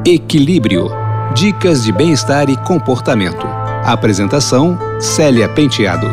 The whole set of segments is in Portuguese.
Equilíbrio. Dicas de bem-estar e comportamento. Apresentação: Célia Penteado.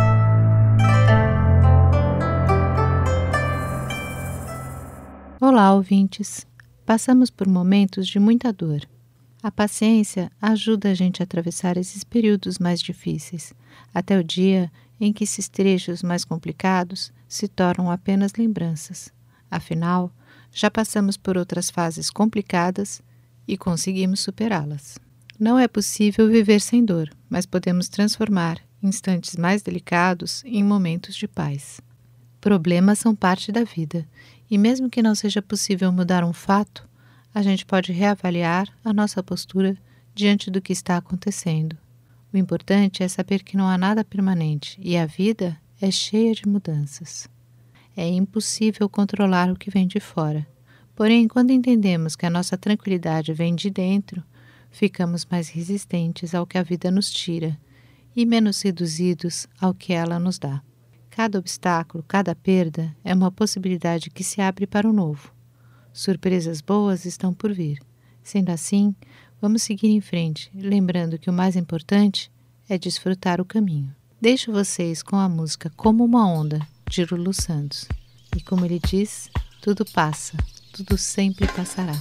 Olá, ouvintes. Passamos por momentos de muita dor. A paciência ajuda a gente a atravessar esses períodos mais difíceis, até o dia em que esses trechos mais complicados se tornam apenas lembranças. Afinal, já passamos por outras fases complicadas e conseguimos superá-las. Não é possível viver sem dor, mas podemos transformar instantes mais delicados em momentos de paz. Problemas são parte da vida, e mesmo que não seja possível mudar um fato, a gente pode reavaliar a nossa postura diante do que está acontecendo. O importante é saber que não há nada permanente e a vida é cheia de mudanças. É impossível controlar o que vem de fora. Porém, quando entendemos que a nossa tranquilidade vem de dentro, ficamos mais resistentes ao que a vida nos tira e menos reduzidos ao que ela nos dá. Cada obstáculo, cada perda é uma possibilidade que se abre para o novo. Surpresas boas estão por vir. Sendo assim, vamos seguir em frente, lembrando que o mais importante é desfrutar o caminho. Deixo vocês com a música Como uma Onda, de Lulu Santos. E como ele diz, tudo passa, tudo sempre passará.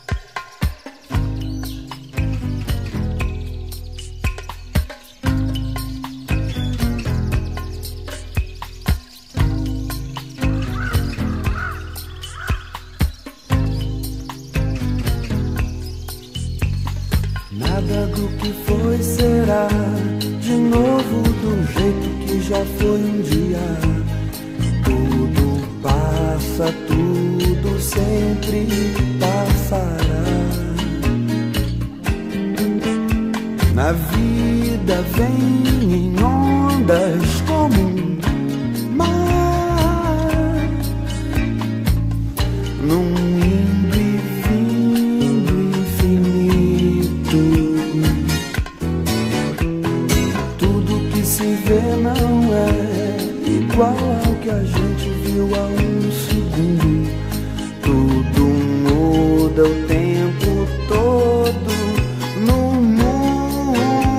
Nada do que foi será de novo do jeito que já foi um dia. Tudo passa, tudo sempre passará. Na vida vem em ondas como um mar, num indo e vindo infinito. Tudo que se vê não é igual ao que a gente viu há um segundo. Tudo muda o tempo todo no mundo.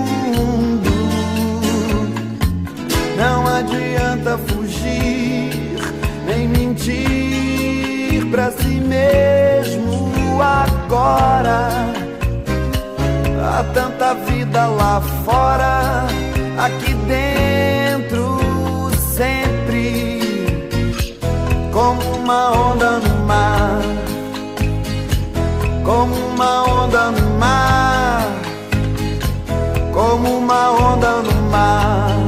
Não adianta fugir nem mentir pra si mesmo agora. Há tanta vida lá fora, aqui dentro sempre, como uma onda no mar, como uma onda no mar, como uma onda no mar,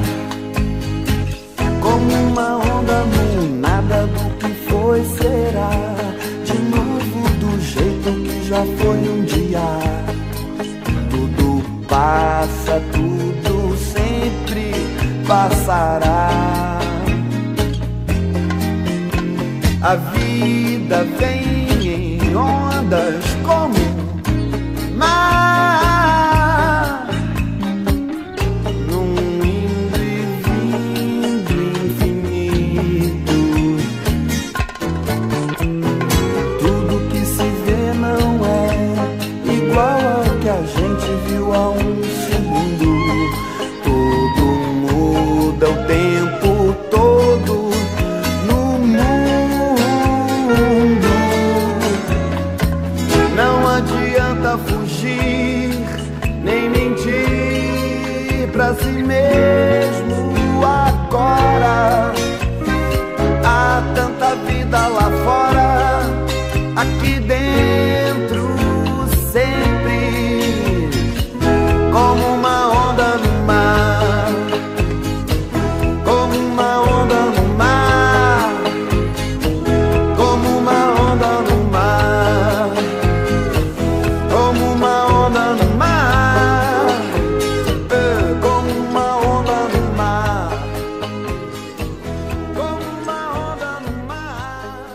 como uma onda no nada do que foi será, de novo do jeito que já foi um dia. Tudo passa, tudo sempre passará. A vida vem em ondas como mar, num indo e vindo infinito. Tudo que se vê não é igual ao que a gente viu há um segundo. Tudo muda o tempo todo no mundo. Não adianta fugir nem mentir pra si mesmo agora. Há tanta vida lá fora, aqui dentro sempre, como uma onda no mar, como uma onda no mar, como uma onda no mar, como uma onda no mar, como uma onda no mar, como uma onda no mar.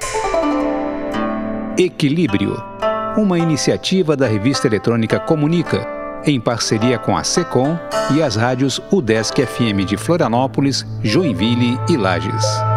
Equilíbrio. Uma iniciativa da revista eletrônica Comunica, em parceria com a SECOM e as rádios UDESC FM de Florianópolis, Joinville e Lages.